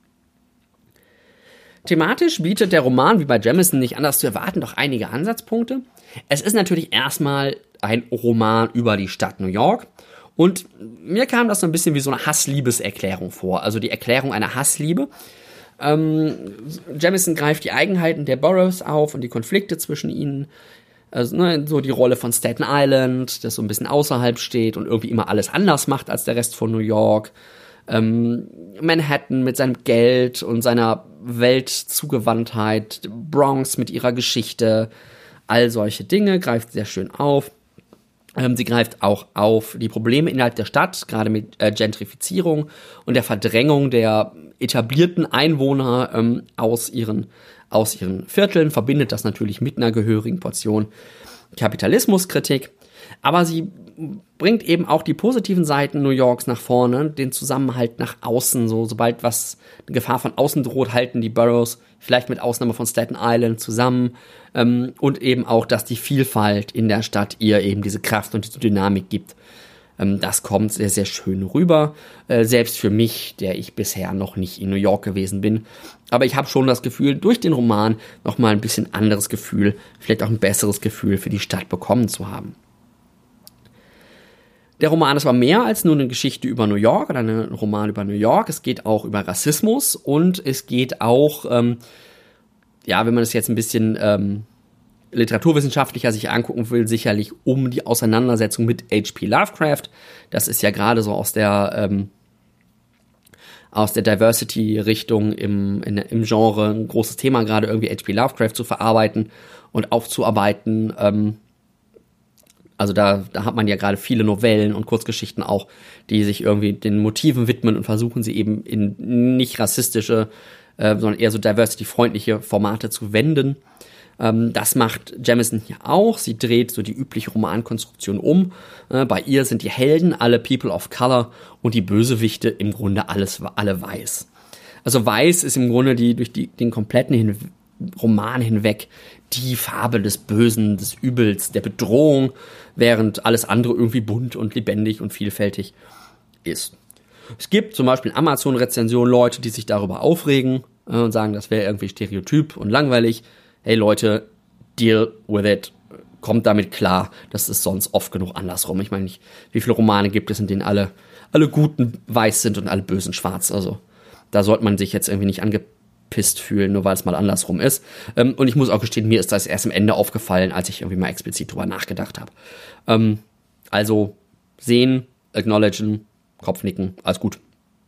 Thematisch bietet der Roman, wie bei Jamison nicht anders zu erwarten, doch einige Ansatzpunkte. Es ist natürlich erstmal ein Roman über die Stadt New York. Und mir kam das so ein bisschen wie so eine Hass-Liebes-Erklärung vor. Also die Erklärung einer Hassliebe. Ähm, Jamison greift die Eigenheiten der Boroughs auf und die Konflikte zwischen ihnen. Also ne, so die Rolle von Staten Island, das so ein bisschen außerhalb steht und irgendwie immer alles anders macht als der Rest von New York. Ähm, Manhattan mit seinem Geld und seiner Weltzugewandtheit. Bronx mit ihrer Geschichte. All solche Dinge greift sehr schön auf. Ähm, sie greift auch auf die Probleme innerhalb der Stadt, gerade mit äh, Gentrifizierung und der Verdrängung der etablierten Einwohner ähm, aus ihren, aus ihren Vierteln, verbindet das natürlich mit einer gehörigen Portion Kapitalismuskritik. Aber sie bringt eben auch die positiven Seiten New Yorks nach vorne, den Zusammenhalt nach außen. So, sobald was eine Gefahr von außen droht, halten die Boroughs, vielleicht mit Ausnahme von Staten Island, zusammen. Ähm, und eben auch, dass die Vielfalt in der Stadt ihr eben diese Kraft und diese Dynamik gibt. Ähm, das kommt sehr, sehr schön rüber. Äh, selbst für mich, der ich bisher noch nicht in New York gewesen bin. Aber ich habe schon das Gefühl, durch den Roman nochmal ein bisschen anderes Gefühl, vielleicht auch ein besseres Gefühl für die Stadt bekommen zu haben. Der Roman ist aber mehr als nur eine Geschichte über New York oder ein Roman über New York. Es geht auch über Rassismus und es geht auch, ähm, ja, wenn man das jetzt ein bisschen ähm, literaturwissenschaftlicher sich angucken will, sicherlich um die Auseinandersetzung mit H P Lovecraft. Das ist ja gerade so aus der ähm, aus der Diversity-Richtung im, in, im Genre ein großes Thema, gerade irgendwie H P Lovecraft zu verarbeiten und aufzuarbeiten. Ähm, Also da, da hat man ja gerade viele Novellen und Kurzgeschichten auch, die sich irgendwie den Motiven widmen und versuchen, sie eben in nicht rassistische, äh, sondern eher so diversity-freundliche Formate zu wenden. Ähm, das macht Jamison hier auch. Sie dreht so die übliche Romankonstruktion um. Äh, bei ihr sind die Helden alle People of Color und die Bösewichte im Grunde alles, alle weiß. Also weiß ist im Grunde die durch die, den kompletten Hin- Roman hinweg die Farbe des Bösen, des Übels, der Bedrohung, während alles andere irgendwie bunt und lebendig und vielfältig ist. Es gibt zum Beispiel in Amazon-Rezensionen Leute, die sich darüber aufregen äh, und sagen, das wäre irgendwie stereotyp und langweilig. Hey Leute, deal with it. Kommt damit klar. Das ist sonst oft genug andersrum. Ich meine, nicht, wie viele Romane gibt es, in denen alle, alle Guten weiß sind und alle Bösen schwarz. Also da sollte man sich jetzt irgendwie nicht ange pisst fühlen, nur weil es mal andersrum ist. Ähm, und ich muss auch gestehen, mir ist das erst am Ende aufgefallen, als ich irgendwie mal explizit drüber nachgedacht habe. Ähm, also sehen, acknowledgen, Kopfnicken, alles gut.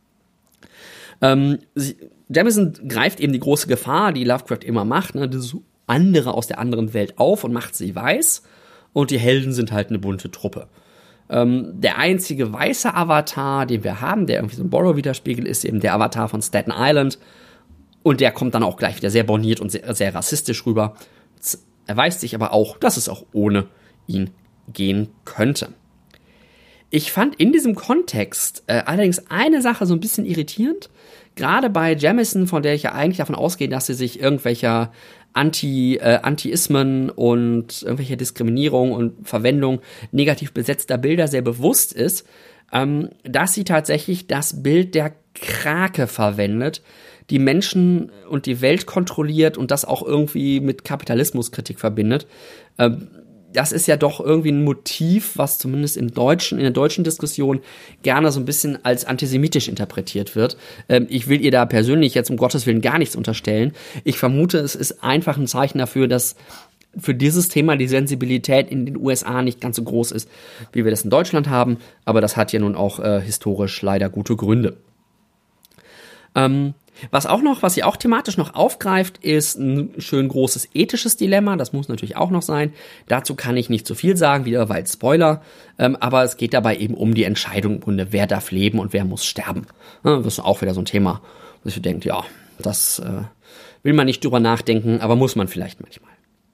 Ähm, sie, Jamison greift eben die große Gefahr, die Lovecraft immer macht, ne, das andere aus der anderen Welt auf und macht sie weiß. und die Helden sind halt eine bunte Truppe. Ähm, der einzige weiße Avatar, den wir haben, der irgendwie so ein Borrow-Widerspiegel ist, eben der Avatar von Staten Island. Und der kommt dann auch gleich wieder sehr borniert und sehr, sehr rassistisch rüber. Es erweist sich aber auch, dass es auch ohne ihn gehen könnte. Ich fand in diesem Kontext äh, allerdings eine Sache so ein bisschen irritierend. Gerade bei Jamieson, von der ich ja eigentlich davon ausgehe, dass sie sich irgendwelcher Anti, äh, Antiismen und irgendwelche Diskriminierung und Verwendung negativ besetzter Bilder sehr bewusst ist, ähm, dass sie tatsächlich das Bild der Krake verwendet, die Menschen und die Welt kontrolliert und das auch irgendwie mit Kapitalismuskritik verbindet. Ähm, das ist ja doch irgendwie ein Motiv, was zumindest im deutschen, in der deutschen Diskussion gerne so ein bisschen als antisemitisch interpretiert wird. Ähm, ich will ihr da persönlich jetzt um Gottes Willen gar nichts unterstellen. Ich vermute, es ist einfach ein Zeichen dafür, dass für dieses Thema die Sensibilität in den U S A nicht ganz so groß ist, wie wir das in Deutschland haben. Aber das hat ja nun auch äh, historisch leider gute Gründe. Ähm, Was auch noch, was sie auch thematisch noch aufgreift, ist ein schön großes ethisches Dilemma. Das muss natürlich auch noch sein. Dazu kann ich nicht so viel sagen, wieder weil Spoiler. Ähm, aber es geht dabei eben um die Entscheidung im Grunde, wer darf leben und wer muss sterben. Ja, das ist auch wieder so ein Thema, wo ich denke, ja, das äh, will man nicht drüber nachdenken, aber muss man vielleicht manchmal.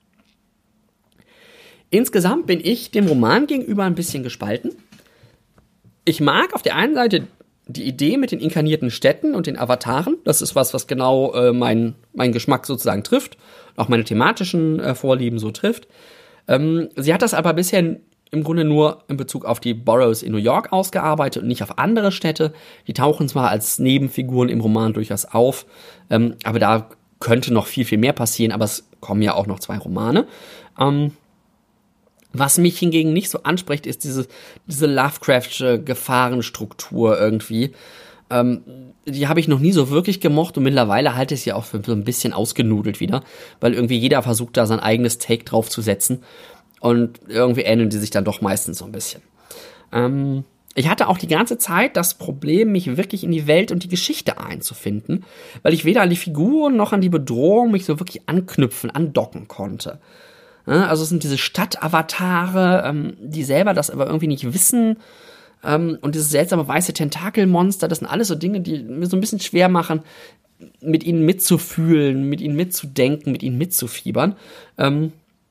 Insgesamt bin ich dem Roman gegenüber ein bisschen gespalten. Ich mag auf der einen Seite die Idee mit den inkarnierten Städten und den Avataren. Das ist was, was genau äh, mein, mein Geschmack sozusagen trifft, auch meine thematischen äh, Vorlieben so trifft. Ähm, sie hat das aber bisher im Grunde nur in Bezug auf die Boroughs in New York ausgearbeitet und nicht auf andere Städte. Die tauchen zwar als Nebenfiguren im Roman durchaus auf, ähm, aber da könnte noch viel, viel mehr passieren, aber es kommen ja auch noch zwei Romane. Ähm, Was mich hingegen nicht so anspricht, ist diese, diese Lovecraftsche Gefahrenstruktur irgendwie. Ähm, die habe ich noch nie so wirklich gemocht und mittlerweile halte ich sie auch für so ein bisschen ausgenudelt wieder, weil irgendwie jeder versucht, da sein eigenes Take drauf zu setzen und irgendwie ähneln die sich dann doch meistens so ein bisschen. Ähm, ich hatte auch die ganze Zeit das Problem, mich wirklich in die Welt und die Geschichte einzufinden, weil ich weder an die Figuren noch an die Bedrohung mich so wirklich anknüpfen, andocken konnte. Also es sind diese Stadtavatare, ähm, die selber das aber irgendwie nicht wissen. Ähm, und dieses seltsame weiße Tentakelmonster, das sind alles so Dinge, die mir so ein bisschen schwer machen, mit ihnen mitzufühlen, mit ihnen mitzudenken, mit ihnen mitzufiebern. Ähm,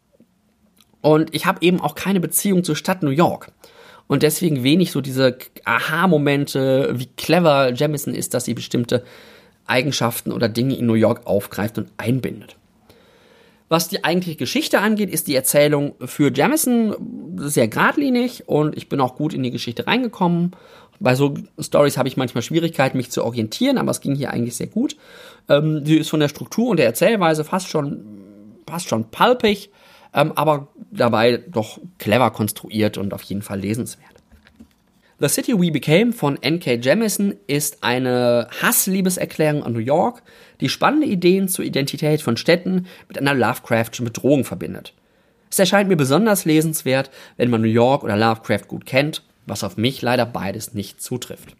und ich habe eben auch keine Beziehung zur Stadt New York. Und deswegen wenig so diese Aha-Momente, wie clever Jamieson ist, dass sie bestimmte Eigenschaften oder Dinge in New York aufgreift und einbindet. Was die eigentliche Geschichte angeht, ist die Erzählung für Jamieson sehr geradlinig und ich bin auch gut in die Geschichte reingekommen. Bei so Stories habe ich manchmal Schwierigkeiten, mich zu orientieren, aber es ging hier eigentlich sehr gut. Ähm, sie ist von der Struktur und der Erzählweise fast schon, fast schon pulpig, ähm, aber dabei doch clever konstruiert und auf jeden Fall lesenswert. The City We Became von N K Jemisin ist eine Hassliebeserklärung an New York, die spannende Ideen zur Identität von Städten mit einer Lovecraftschen Bedrohung verbindet. Es erscheint mir besonders lesenswert, wenn man New York oder Lovecraft gut kennt, was auf mich leider beides nicht zutrifft.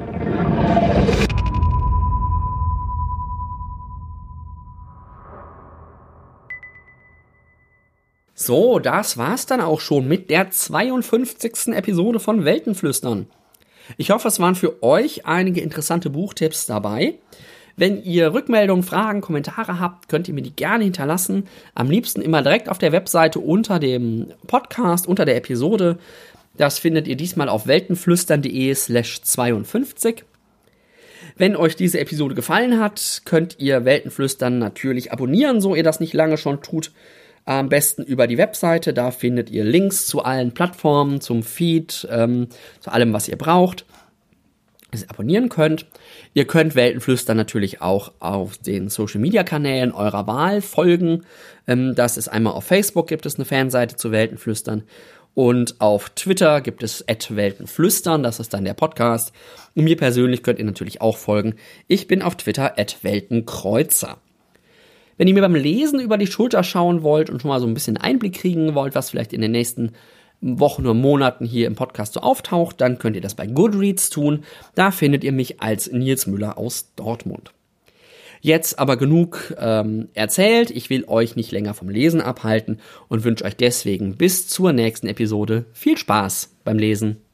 So, das war's dann auch schon mit der zweiundfünfzigsten Episode von Weltenflüstern. Ich hoffe, es waren für euch einige interessante Buchtipps dabei. Wenn ihr Rückmeldungen, Fragen, Kommentare habt, könnt ihr mir die gerne hinterlassen. Am liebsten immer direkt auf der Webseite unter dem Podcast, unter der Episode. Das findet ihr diesmal auf weltenflüstern.de slash zweiundfünfzig. Wenn euch diese Episode gefallen hat, könnt ihr Weltenflüstern natürlich abonnieren, so ihr das nicht lange schon tut. Am besten über die Webseite, da findet ihr Links zu allen Plattformen, zum Feed, ähm, zu allem, was ihr braucht, dass ihr abonnieren könnt. Ihr könnt Weltenflüstern natürlich auch auf den Social-Media-Kanälen eurer Wahl folgen. Ähm, das ist einmal auf Facebook, gibt es eine Fanseite zu Weltenflüstern und auf Twitter gibt es at weltenflüstern, das ist dann der Podcast. Und mir persönlich könnt ihr natürlich auch folgen. Ich bin auf Twitter at weltenkreuzer. Wenn ihr mir beim Lesen über die Schulter schauen wollt und schon mal so ein bisschen Einblick kriegen wollt, was vielleicht in den nächsten Wochen oder Monaten hier im Podcast so auftaucht, dann könnt ihr das bei Goodreads tun. Da findet ihr mich als Nils Müller aus Dortmund. Jetzt aber genug ähm, erzählt. Ich will euch nicht länger vom Lesen abhalten und wünsche euch deswegen bis zur nächsten Episode viel Spaß beim Lesen.